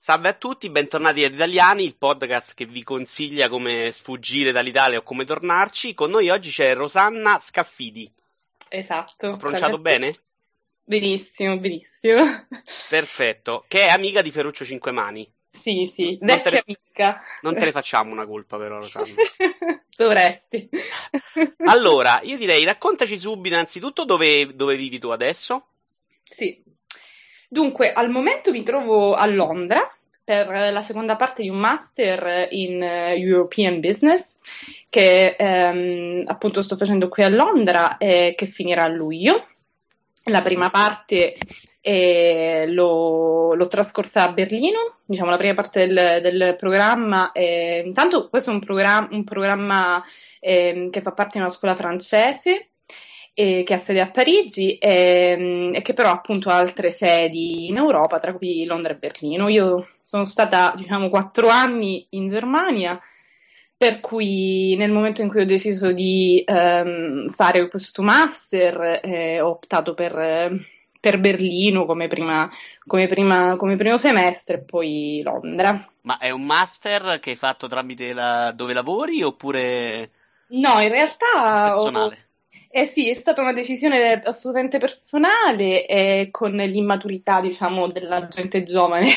Salve a tutti, bentornati ad Italiani, il podcast che vi consiglia come sfuggire dall'Italia o come tornarci. Con noi oggi c'è Rosanna Scaffidi. Ho Esatto, salve a pronunciato tutti. bene? Benissimo, benissimo. Perfetto, che è amica di Ferruccio Cinquemani. Sì, Non te vecchia ne, amica. non te ne facciamo una colpa però, Rosanna. Dovresti. Allora, io direi raccontaci subito innanzitutto dove vivi tu adesso. Sì. Dunque, al momento mi trovo a Londra per la seconda parte di un master in European Business che appunto sto facendo qui a Londra e che finirà a luglio. La Mhm. prima parte l'ho trascorsa a Berlino, diciamo la prima parte del programma. Intanto questo è un programma che fa parte di una scuola francese che ha sede a Parigi e che però ha appunto altre sedi in Europa, tra cui Londra e Berlino. Io sono stata, diciamo, 4 anni in Germania, per cui nel momento in cui ho deciso di fare questo master ho optato per Berlino come primo semestre e poi Londra. Ma è un master che hai fatto tramite dove lavori oppure No, in realtà personale? eh sì, è stata una decisione assolutamente personale e con l'immaturità, diciamo, della gente giovane.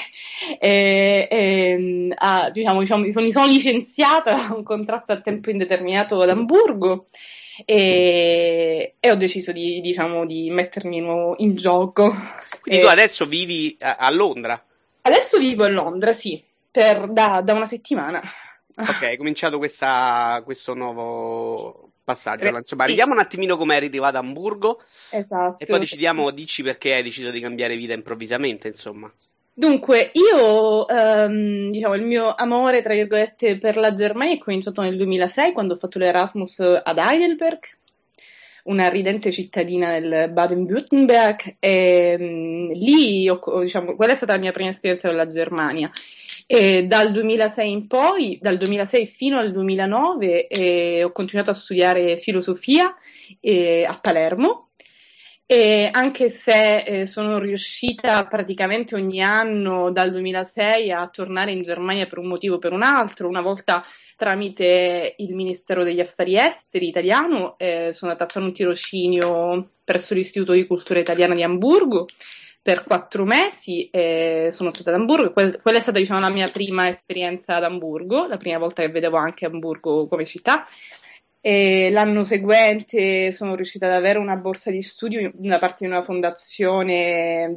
Mi sono licenziata da un contratto a tempo indeterminato ad Amburgo e ho deciso diciamo, di mettermi in gioco. Quindi tu E adesso vivi a Londra? adesso vivo a Londra, sì, da una settimana. Ok, hai cominciato questo nuovo passaggio. Allora, insomma, Sì, arriviamo un attimino come eri arrivato a Amburgo e poi esatto. dici perché hai deciso di cambiare vita improvvisamente, insomma. Dunque, io, diciamo, il mio amore, tra virgolette, per la Germania è cominciato nel 2006, quando ho fatto l'Erasmus ad Heidelberg, una ridente cittadina del Baden-Württemberg, e lì, diciamo, quella è stata la mia prima esperienza con la Germania. E dal 2006 in poi, dal 2006 fino al 2009, ho continuato a studiare filosofia a Palermo. E anche se sono riuscita praticamente ogni anno dal 2006 a tornare in Germania per un motivo o per un altro, una volta tramite il Ministero degli Affari Esteri italiano, sono andata a fare un tirocinio presso l'Istituto di Cultura Italiana di Amburgo per 4 mesi, sono stata ad Amburgo, quella è stata, diciamo, la mia prima esperienza ad Amburgo, la prima volta che vedevo anche Amburgo come città. E l'anno seguente sono riuscita ad avere una borsa di studio da parte di una fondazione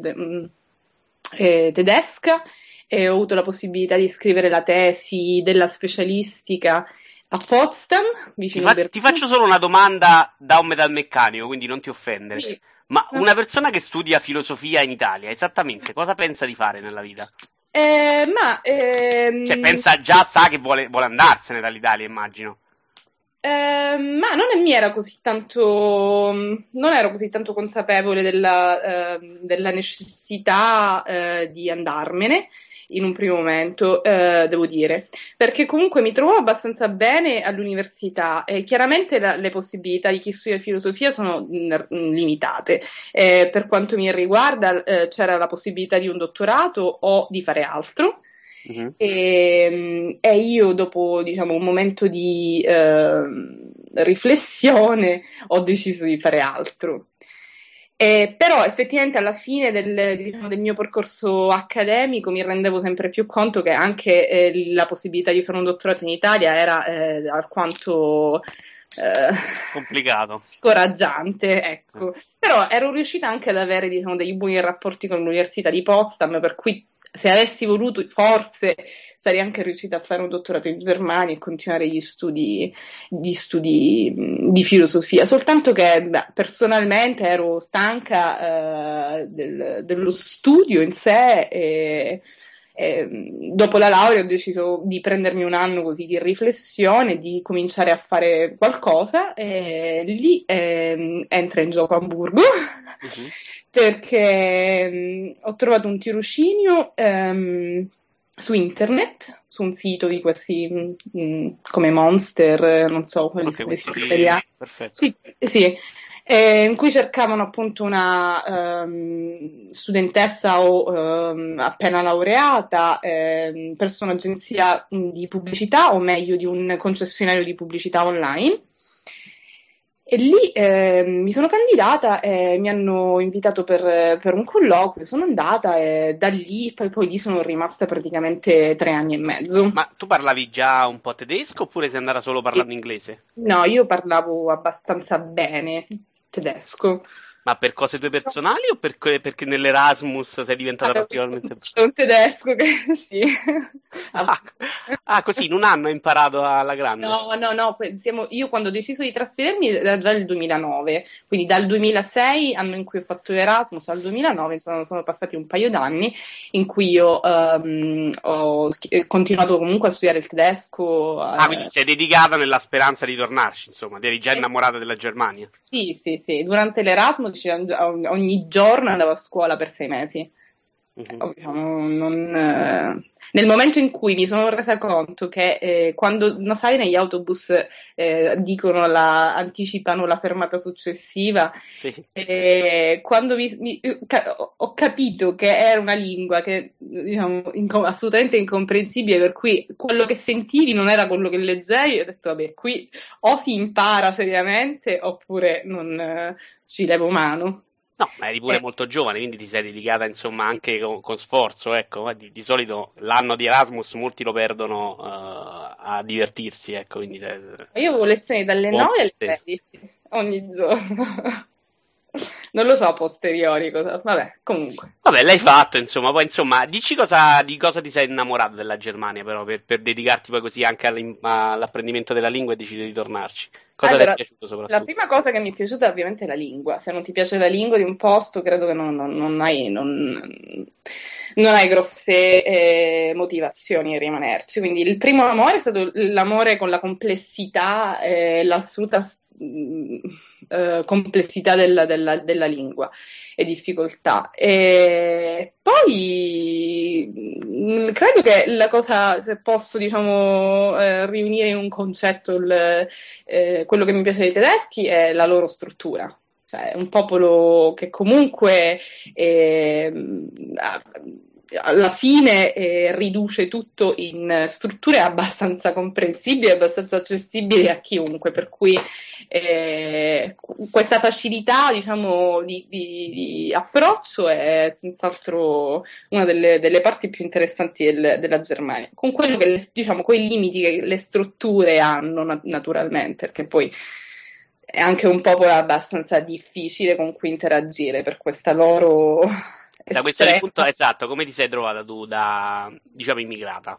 tedesca e ho avuto la possibilità di scrivere la tesi della specialistica a Potsdam, vicino Ti Berlino. faccio solo una domanda da un metalmeccanico, quindi non ti offendere. Sì. Ma una persona che studia filosofia in Italia, esattamente cosa pensa di fare nella vita? Eh, ma Cioè, ehm, sa che vuole andarsene dall'Italia, immagino. Ma non mi era così tanto, non ero così tanto consapevole della necessità di andarmene in un primo momento, devo dire, perché comunque mi trovo abbastanza bene all'università e chiaramente le possibilità di chi studia filosofia sono limitate. Per quanto mi riguarda, c'era la possibilità di un dottorato o di fare altro. Mhm. E io, dopo, diciamo, un momento di riflessione, ho deciso di fare altro. Però effettivamente alla fine diciamo, del mio percorso accademico mi rendevo sempre più conto che anche la possibilità di fare un dottorato in Italia era alquanto Complicato. scoraggiante, Eh. ecco. Però ero riuscita anche ad avere, diciamo, dei buoni rapporti con l'Università di Potsdam, per cui se avessi voluto, forse sarei anche riuscita a fare un dottorato in Germania e continuare di filosofia. Soltanto che beh, personalmente ero stanca dello studio in sé e dopo la laurea ho deciso di prendermi un anno così di riflessione, di cominciare a fare qualcosa e lì entra in gioco Amburgo Mhm. perché ho trovato un tirocinio su internet, su un sito di questi come Monster, non so quali Ok, sono i questi siti sì, italiani. perfetto. Sì, sì. in cui cercavano appunto una studentessa o appena laureata presso un'agenzia di pubblicità, o meglio di un concessionario di pubblicità online. E lì mi sono candidata e mi hanno invitato per un colloquio, sono andata e da lì poi lì sono rimasta praticamente 3 anni e mezzo. Ma tu parlavi già un po' tedesco oppure sei andata solo parlando inglese? No, io parlavo abbastanza bene tedesco. Ma per cose tue personali o perché nell'Erasmus sei diventata particolarmente... C'è un tedesco che sì. Ah, così in un anno hai imparato alla grande. No, io quando ho deciso di trasferirmi era già il 2009, quindi dal 2006, anno in cui ho fatto l'Erasmus, al 2009 sono passati un paio d'anni in cui io ho continuato comunque a studiare il tedesco. Quindi sei dedicata nella speranza di tornarci, insomma, ti eri già innamorata della Germania. Sì, durante l'Erasmus ogni giorno andavo a scuola per 6 mesi. Diciamo, nel momento in cui mi sono resa conto che quando, non sai, negli autobus anticipano la fermata successiva, Sì. quando ho capito che era una lingua che, diciamo, assolutamente incomprensibile, per cui quello che sentivi non era quello che leggevi, ho detto, vabbè, qui o si impara seriamente oppure non ci levo mano. No, ma eri pure molto giovane, quindi ti sei dedicata, insomma, anche con sforzo, ecco. Di solito l'anno di Erasmus molti lo perdono a divertirsi, ecco, quindi Io avevo lezioni dalle buon 9 alle per te. 16 ogni giorno. Non lo so a posteriori cosa. Vabbè, comunque. Vabbè, l'hai fatto, insomma, poi insomma, dici di cosa ti sei innamorato della Germania, però, per dedicarti poi così anche all'apprendimento della lingua e decidi di tornarci. Cosa ti è Allora, piaciuto la soprattutto? prima cosa che mi è piaciuta è ovviamente la lingua. Se non ti piace la lingua di un posto, credo che non hai grosse motivazioni a rimanerci. Quindi il primo amore è stato l'amore con la complessità, l'assoluta complessità della lingua e difficoltà. E poi credo che la cosa, se posso, diciamo, riunire in un concetto quello che mi piace dei tedeschi è la loro struttura. Cioè, è un popolo che comunque alla fine riduce tutto in strutture abbastanza comprensibili, abbastanza accessibili a chiunque, per cui questa facilità, diciamo, di approccio è senz'altro una delle parti più interessanti della Germania, con quello che, diciamo, quei limiti che le strutture hanno naturalmente, perché poi è anche un popolo abbastanza difficile con cui interagire per questa loro Da questo di estrema. punto, esatto, come ti sei trovata tu da, diciamo, immigrata?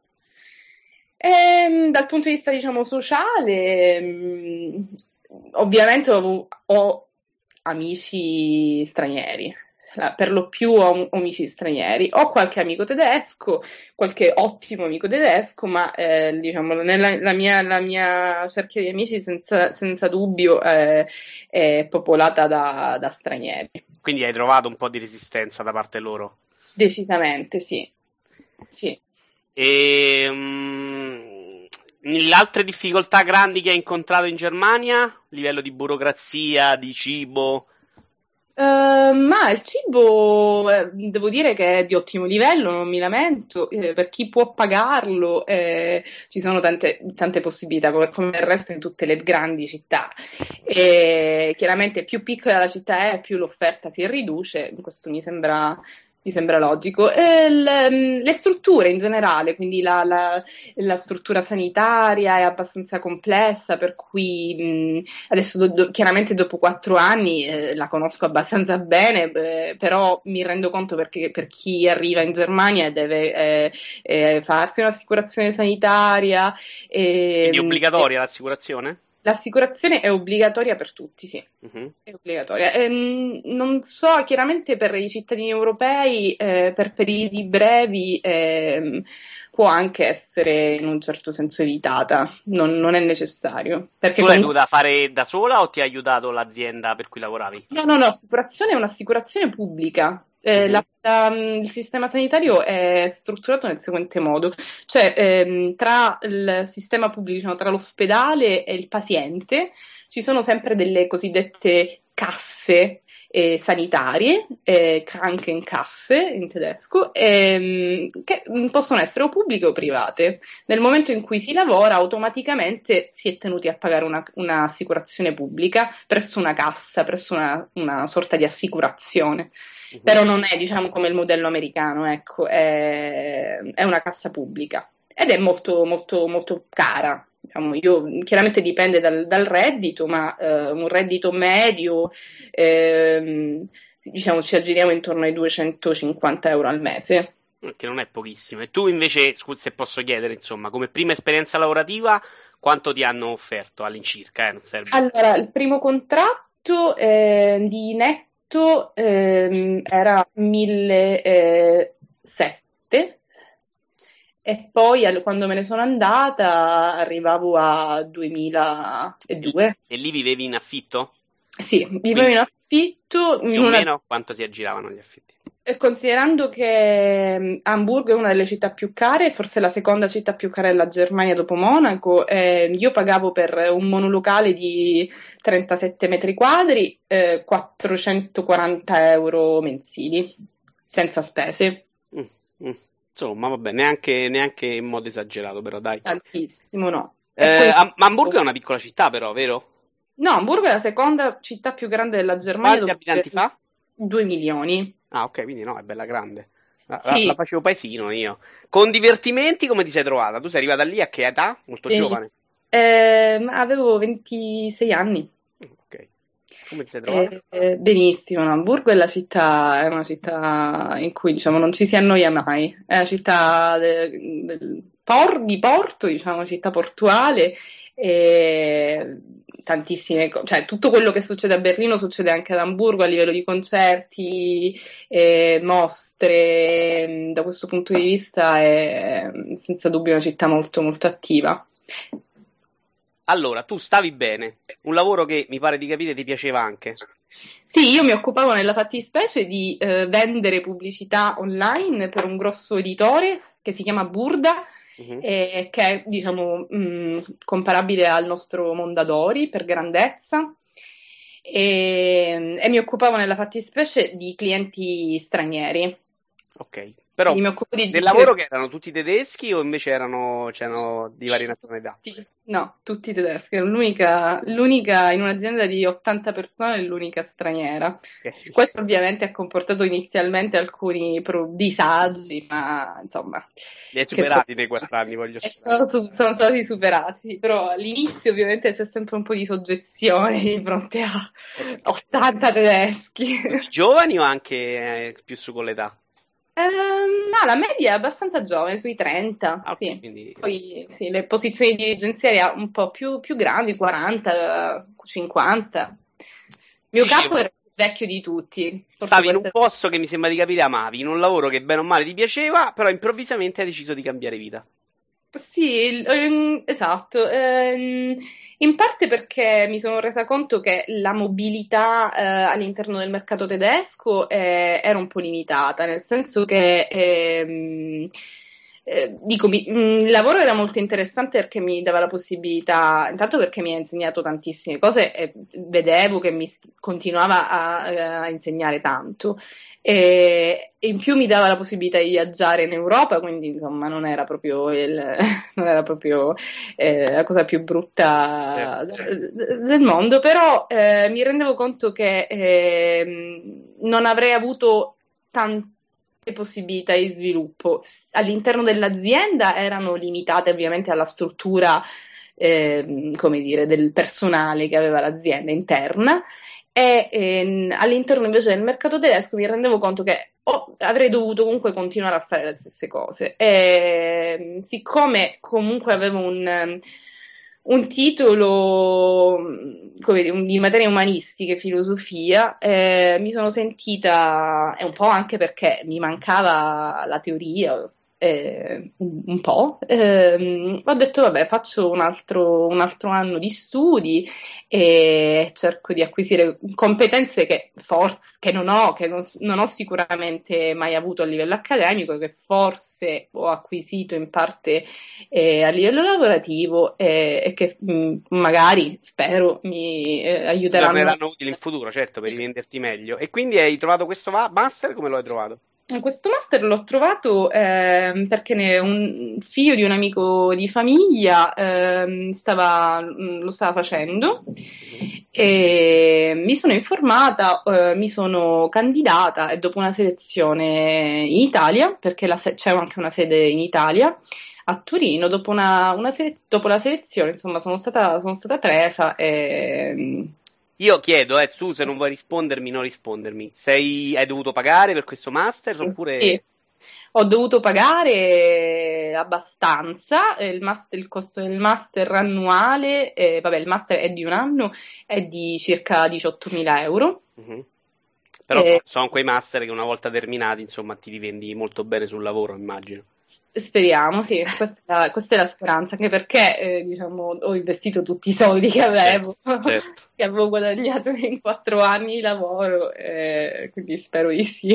Dal punto di vista, diciamo, sociale, ovviamente ho amici stranieri, per lo più ho amici stranieri, ho qualche amico tedesco, qualche ottimo amico tedesco, ma diciamo, la mia cerchia di amici senza dubbio è popolata da stranieri. Quindi hai trovato un po' di resistenza da parte loro. Decisamente, sì. Sì. E le altre difficoltà grandi che hai incontrato in Germania? A livello di burocrazia, di cibo? Ma il cibo devo dire che è di ottimo livello, non mi lamento, per chi può pagarlo ci sono tante possibilità, come il resto in tutte le grandi città. E chiaramente più piccola la città è, più l'offerta si riduce, questo mi sembra logico. Le strutture in generale, quindi la struttura sanitaria è abbastanza complessa, per cui adesso chiaramente dopo 4 anni la conosco abbastanza bene, però mi rendo conto perché per chi arriva in Germania e deve farsi un'assicurazione sanitaria. Quindi è E, obbligatoria l'assicurazione? L'assicurazione è obbligatoria per tutti, sì. Mhm. È obbligatoria. Non so, chiaramente per i cittadini europei, per periodi brevi, può anche essere in un certo senso evitata, non è necessario. Perché Tu l'hai comunque. dovuta fare da sola o ti ha aiutato l'azienda per cui lavoravi? No, l'assicurazione è un'assicurazione pubblica. Mhm. Il sistema sanitario è strutturato nel seguente modo, cioè tra il sistema pubblico, diciamo, tra l'ospedale e il paziente ci sono sempre delle cosiddette casse sanitarie, Krankenkasse in tedesco, che possono essere o pubbliche o private. Nel momento in cui si lavora, automaticamente si è tenuti a pagare un'assicurazione pubblica presso una cassa, presso una sorta di assicurazione. Però non è, diciamo, come il modello americano, ecco, è una cassa pubblica ed è molto, molto, molto cara. Diciamo, chiaramente dipende dal reddito, ma un reddito medio, diciamo, ci aggiriamo intorno ai 250 euro al mese. Che non è pochissimo. E tu invece, scusa se posso chiedere, insomma, come prima esperienza lavorativa, quanto ti hanno offerto all'incirca? Non serve. Allora, il primo contratto di netto era 1.700 e poi quando me ne sono andata arrivavo a 2.200. E lì vivevi in affitto? Sì, vivevo in affitto. Più o meno quanto si aggiravano gli affitti? Considerando che Amburgo è una delle città più care, forse la seconda città più cara della Germania dopo Monaco, io pagavo per un monolocale di 37 metri quadri 440 euro mensili, senza spese. Insomma, vabbè, neanche in modo esagerato, però dai. Tantissimo, no. Ma Amburgo è una piccola città, però, vero? No, Amburgo è la seconda città più grande della Germania. Quanti abitanti fa? 2 milioni. Ah, ok, quindi no, è bella grande. Sì. La facevo paesino io. Con divertimenti come ti sei trovata? Tu sei arrivata lì a che età? Molto giovane? Avevo 26 anni. Ok. Come ti sei trovata? Benissimo, Amburgo è una città in cui, diciamo, non ci si annoia mai. È una città di porto, diciamo, città portuale. Tantissime cose, cioè tutto quello che succede a Berlino succede anche ad Amburgo a livello di concerti, mostre. Da questo punto di vista è senza dubbio una città molto molto attiva. Allora, tu stavi bene, un lavoro che mi pare di capire ti piaceva anche. Sì, io mi occupavo nella fattispecie di vendere pubblicità online per un grosso editore che si chiama Burda, che è, diciamo, comparabile al nostro Mondadori per grandezza, e mi occupavo nella fattispecie di clienti stranieri. Ok, però mi occupo di del lavoro che erano tutti tedeschi o invece c'erano di varie nazionalità? No, tutti tedeschi. L'unica in un'azienda di 80 persone è l'unica straniera. Okay. Questo ovviamente ha comportato inizialmente alcuni disagi, ma insomma... Li hai superati nei 4 anni, voglio sono stati superati, però all'inizio ovviamente c'è sempre un po' di soggezione di fronte a 80 tedeschi. Tutti giovani o anche più su con l'età? No, la media è abbastanza giovane, sui 30, Okay, sì. quindi... Poi sì, le posizioni dirigenziali un po' più grandi, 40, 50. Mio capo era il più vecchio di tutti. Stavi in un posto che mi sembra di capire amavi, in un lavoro che bene o male ti piaceva, però improvvisamente hai deciso di cambiare vita. Sì, esatto. In parte perché mi sono resa conto che la mobilità all'interno del mercato tedesco era un po' limitata, nel senso che il lavoro era molto interessante perché mi dava la possibilità, intanto perché mi ha insegnato tantissime cose e vedevo che mi continuava a insegnare tanto. E in più mi dava la possibilità di viaggiare in Europa, quindi insomma non era proprio la cosa più brutta del mondo, però mi rendevo conto che non avrei avuto tante possibilità di sviluppo. All'interno dell'azienda erano limitate ovviamente alla struttura, come dire, del personale che aveva l'azienda interna. E all'interno invece del mercato tedesco mi rendevo conto che avrei dovuto comunque continuare a fare le stesse cose. E siccome comunque avevo un titolo come dire, di materie umanistiche, filosofia, mi sono sentita, e un po' anche perché mi mancava la teoria, un po'. Ho detto, vabbè, faccio un altro anno di studi e cerco di acquisire competenze che non ho sicuramente mai avuto a livello accademico, che forse ho acquisito in parte a livello lavorativo e che magari, spero, mi Ti aiuteranno. torneranno utili in futuro, certo, per rivenderti meglio. E quindi hai trovato questo master? Come lo hai trovato? Questo master l'ho trovato perché un figlio di un amico di famiglia lo stava facendo Mhm. e mi sono informata, mi sono candidata e dopo una selezione in Italia, perché c'è anche una sede in Italia, a Torino, dopo la selezione, insomma, sono stata presa e Io chiedo, tu se non vuoi rispondermi, non rispondermi. Hai dovuto pagare per questo master sì. oppure... Ho dovuto pagare abbastanza, il costo del master annuale, vabbè, il master è di un anno, è di circa 18.000 euro. Mhm. Però Eh, sono quei master che una volta terminati, insomma, ti rivendi molto bene sul lavoro, immagino. Speriamo, sì, questa è la speranza, anche perché, diciamo, ho investito tutti i soldi che Certo, avevo, certo. che avevo guadagnato in 4 anni di lavoro, quindi spero di sì.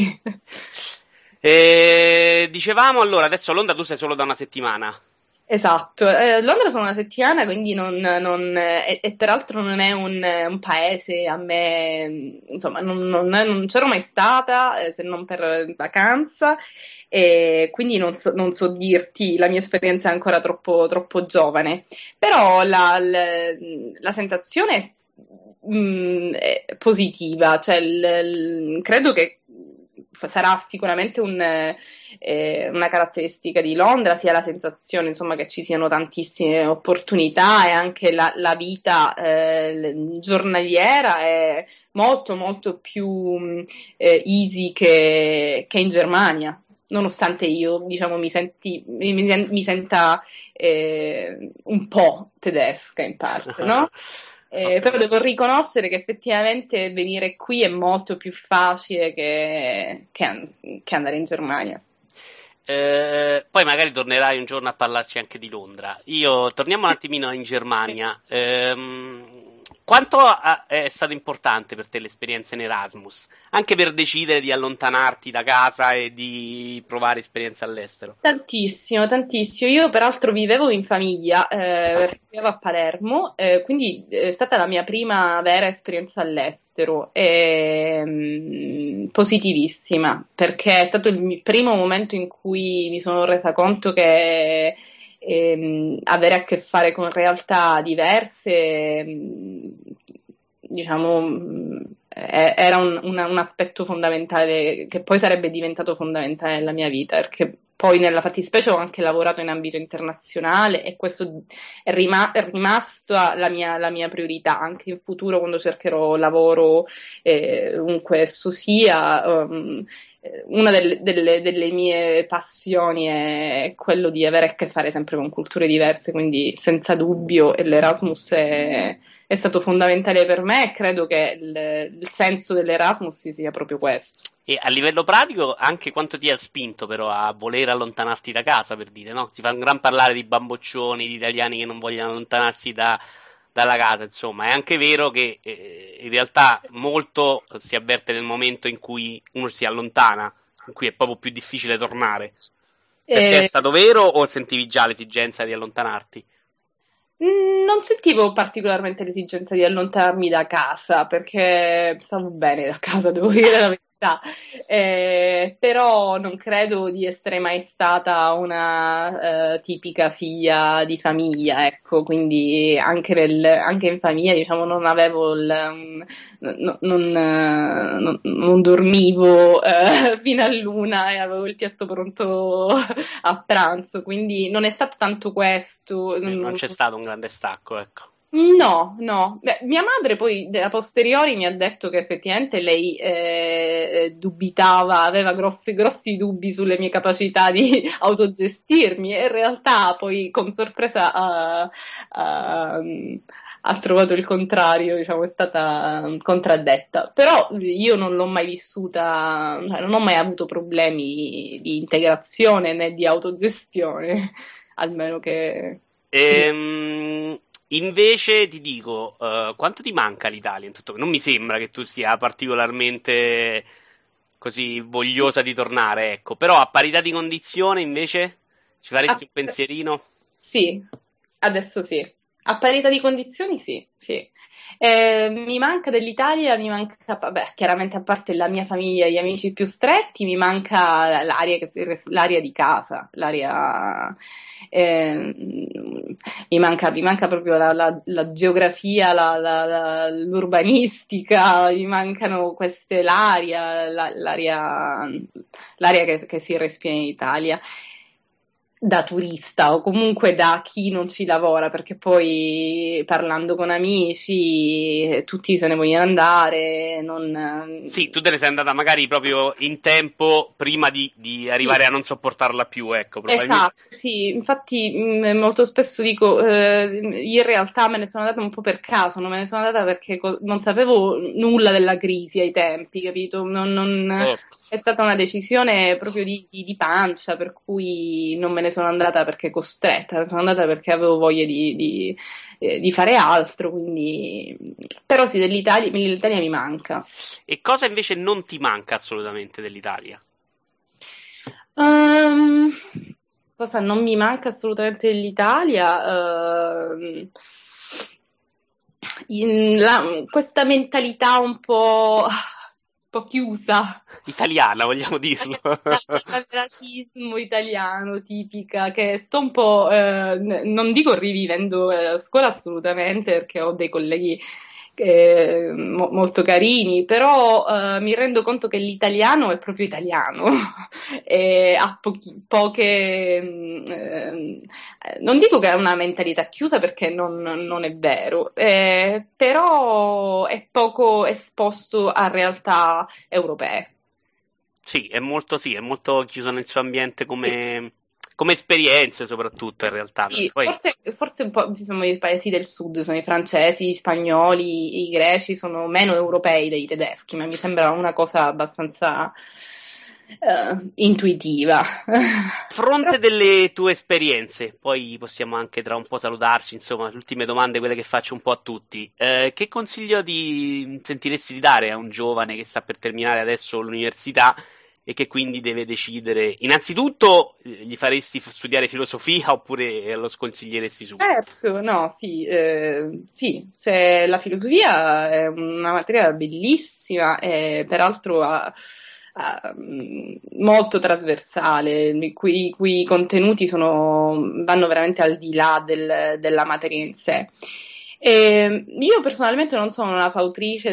E dicevamo allora, adesso a Londra tu sei solo da una settimana. Esatto, Londra sono una settimana, quindi e peraltro non è un paese a me, insomma, non c'ero mai stata se non per vacanza, e quindi non so dirti, la mia esperienza è ancora troppo giovane, però la sensazione è positiva, cioè credo che sarà sicuramente una caratteristica di Londra, sia la sensazione, insomma, che ci siano tantissime opportunità e anche la vita giornaliera è molto più easy che in Germania. Nonostante io, diciamo, mi senta un po' tedesca in parte, no? Ho Però capito. devo riconoscere che effettivamente venire qui è molto più facile che andare in Germania. Poi magari tornerai un giorno a parlarci anche di Londra. Torniamo un attimino in Germania. È stato importante per te l'esperienza in Erasmus? Anche per decidere di allontanarti da casa e di provare esperienze all'estero? Tantissimo, tantissimo. Io peraltro vivevo in famiglia, perché vivevo a Palermo, quindi è stata la mia prima vera esperienza all'estero, e, positivissima, perché è stato il primo momento in cui mi sono resa conto che avere a che fare con realtà diverse, diciamo, era un aspetto fondamentale che poi sarebbe diventato fondamentale nella mia vita, perché poi nella fattispecie ho anche lavorato in ambito internazionale e questo è rimasto la mia priorità anche in futuro quando cercherò lavoro, ovunque esso sia. Una delle mie passioni è quello di avere a che fare sempre con culture diverse, quindi senza dubbio l'Erasmus è stato fondamentale per me e credo che il senso dell'Erasmus sia proprio questo. E a livello pratico, anche quanto ti ha spinto però a voler allontanarti da casa, per dire, no? Si fa un gran parlare di bamboccioni, di italiani che non vogliono allontanarsi dalla casa, insomma. È anche vero che in realtà molto si avverte nel momento in cui uno si allontana, in cui è proprio più difficile tornare. Per te è E, stato vero o sentivi già l'esigenza di allontanarti? Non sentivo particolarmente l'esigenza di allontanarmi da casa perché stavo bene da casa, devo dire la verità. Però non credo di essere mai stata una tipica figlia di famiglia, ecco, quindi anche in famiglia, diciamo, non avevo non dormivo fino all'una e avevo il piatto pronto a pranzo, quindi non è stato tanto questo. Non c'è stato un grande stacco, ecco. No, no. Beh, mia madre poi a posteriori mi ha detto che effettivamente lei dubitava, aveva grossi dubbi sulle mie capacità di autogestirmi e in realtà poi con sorpresa ha ha trovato il contrario, diciamo, è stata contraddetta. Però io non l'ho mai vissuta, non ho mai avuto problemi di integrazione né di autogestione, almeno che. Invece ti dico, quanto ti manca l'Italia in tutto? Non mi sembra che tu sia particolarmente così vogliosa di tornare, ecco. Però a parità di condizione, invece, ci faresti Ah, un pensierino? sì, adesso sì. A parità di condizioni, sì, sì. Mi manca dell'Italia, mi manca, vabbè, chiaramente a parte la mia famiglia e gli amici più stretti, mi manca l'aria, l'aria di casa, l'aria, mi manca proprio la geografia, l'urbanistica, mi mancano l'aria che si respira in Italia da turista o comunque da chi non ci lavora, perché poi parlando con amici tutti se ne vogliono andare, Sì, tu te ne sei andata magari proprio in tempo prima di sì. arrivare a non sopportarla più, ecco, probabilmente. Esatto, sì, infatti molto spesso dico, in realtà me ne sono andata un po' per caso, non me ne sono andata perché non sapevo nulla della crisi ai tempi, capito? Certo. È stata una decisione proprio di pancia, per cui non me ne sono andata perché costretta, me ne sono andata perché avevo voglia di fare altro, quindi. Però sì, l'Italia mi manca. E cosa invece non ti manca assolutamente dell'Italia? Ehm, Cosa non mi manca assolutamente dell'Italia? Questa mentalità un po' chiusa, Italiana, vogliamo dirlo. il cameralismo italiano tipica, che sto un po', non dico rivivendo a scuola assolutamente, perché ho dei colleghi molto carini, però mi rendo conto che l'italiano è proprio italiano e ha poche. Non dico che ha una mentalità chiusa perché non è vero, però è poco esposto a realtà europee. Sì, è molto chiuso nel suo ambiente Sì, come esperienze soprattutto in realtà, perché sì, poi forse un po' sono i paesi del sud, sono i francesi, gli spagnoli, i greci, sono meno europei dei tedeschi, ma mi sembra una cosa abbastanza intuitiva. a Però fronte delle tue esperienze, poi possiamo anche tra un po' salutarci, insomma, le ultime domande, quelle che faccio un po' a tutti. Che consiglio ti sentiresti di dare a un giovane che sta per terminare adesso l'università e che quindi deve decidere? Innanzitutto, gli faresti studiare filosofia oppure lo sconsiglieresti subito? certo, no, sì, sì, se la filosofia è una materia bellissima e peraltro molto trasversale, i cui contenuti vanno veramente al di là della materia in sé. Io personalmente non sono una fautrice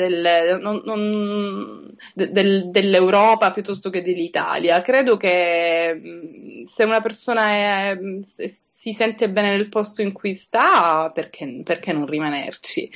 dell'Europa piuttosto che dell'Italia. Credo che se una persona si sente bene nel posto in cui sta, perché non rimanerci?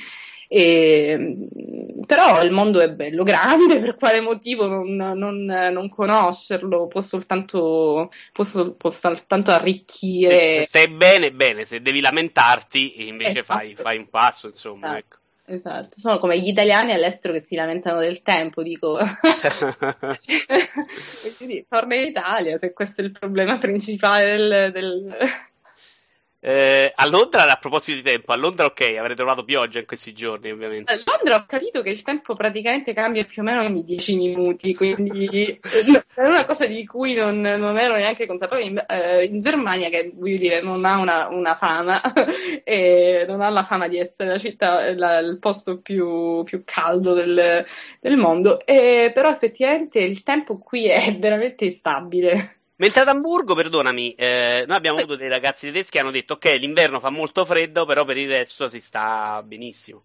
Però il mondo è bello grande, per quale motivo non conoscerlo? Può soltanto Se arricchire. stai bene, bene, se devi lamentarti, invece fai, Esatto. fai un passo, insomma, Esatto, ecco. esatto. Sono come gli italiani all'estero che si lamentano del tempo, dico. E quindi torna in Italia, se questo è il problema principale A Londra, a proposito di tempo, a Londra ok, avrei trovato pioggia in questi giorni, A ovviamente. Londra ho capito che il tempo praticamente cambia più o meno ogni 10 minuti, quindi è una cosa di cui non ero neanche consapevole. In Germania, che voglio dire, non ha una fama, e non ha la fama di essere la città, il posto più caldo del mondo, però effettivamente il tempo qui è veramente instabile. Mentre ad Amburgo, perdonami, noi abbiamo avuto dei ragazzi tedeschi che hanno detto ok, l'inverno fa molto freddo, però per il resto si sta benissimo.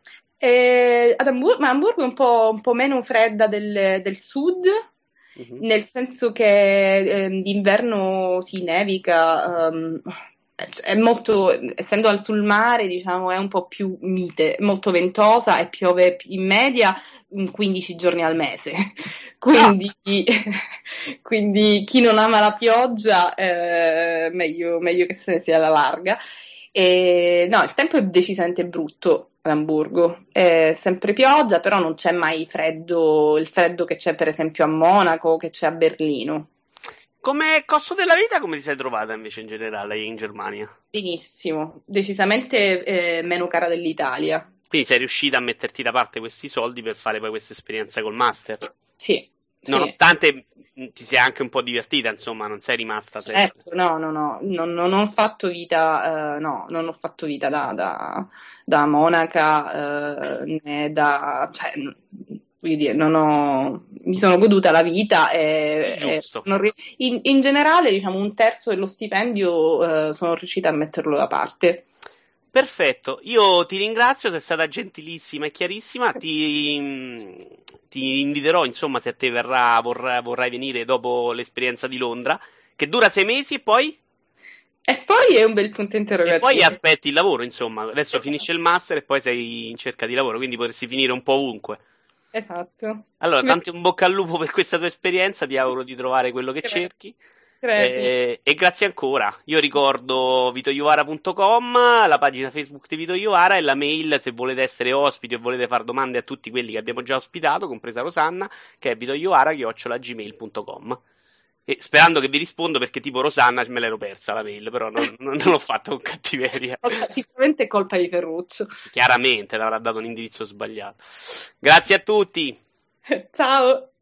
Ma Amburgo è un po' meno fredda del sud, Mhm. nel senso che d'inverno si nevica, è molto, essendo sul mare, diciamo, è un po' più mite, molto ventosa e piove in media 15 giorni al mese. Ah, Quindi, quindi chi non ama la pioggia, meglio che se ne sia alla larga. No, il tempo è decisamente brutto ad Amburgo, è sempre pioggia, però non c'è mai freddo, il freddo che c'è per esempio a Monaco, che c'è a Berlino. Come costo della vita, come ti sei trovata invece in generale in Germania? Benissimo, decisamente meno cara dell'Italia. Quindi sei riuscita a metterti da parte questi soldi per fare poi questa esperienza col master? Sì, sì. Nonostante ti sia anche un po' divertita, insomma, non sei rimasta sempre. Certo, no, no, no, non ho fatto vita, no, non ho fatto vita da monaca, né da, cioè, voglio dire, mi sono goduta la vita Il giusto. in generale, diciamo, un terzo dello stipendio, sono riuscita a metterlo da parte. Perfetto, io ti ringrazio, sei stata gentilissima e chiarissima, ti inviterò, insomma, se a te vorrai venire dopo l'esperienza di Londra, che dura 6 mesi E poi è un bel punto e poi interrogativo. aspetti il lavoro, insomma, adesso finisce il master e poi sei in cerca di lavoro, quindi potresti finire un po' ovunque. Esatto. Allora, tanto in bocca al lupo per questa tua esperienza, ti auguro di trovare quello che Cre- cerchi. Crepi. E grazie ancora. Io ricordo vitoiovara.com, la pagina Facebook di Vito Iovara e la mail se volete essere ospiti o volete fare domande a tutti quelli che abbiamo già ospitato, compresa Rosanna, che è vitoiovara@gmail.com. E sperando che vi rispondo perché tipo Rosanna me l'ero persa la mail, però non l'ho fatto con cattiveria. Sicuramente è colpa di Ferruccio. Chiaramente l'avrà dato un indirizzo sbagliato. Grazie a tutti. Ciao.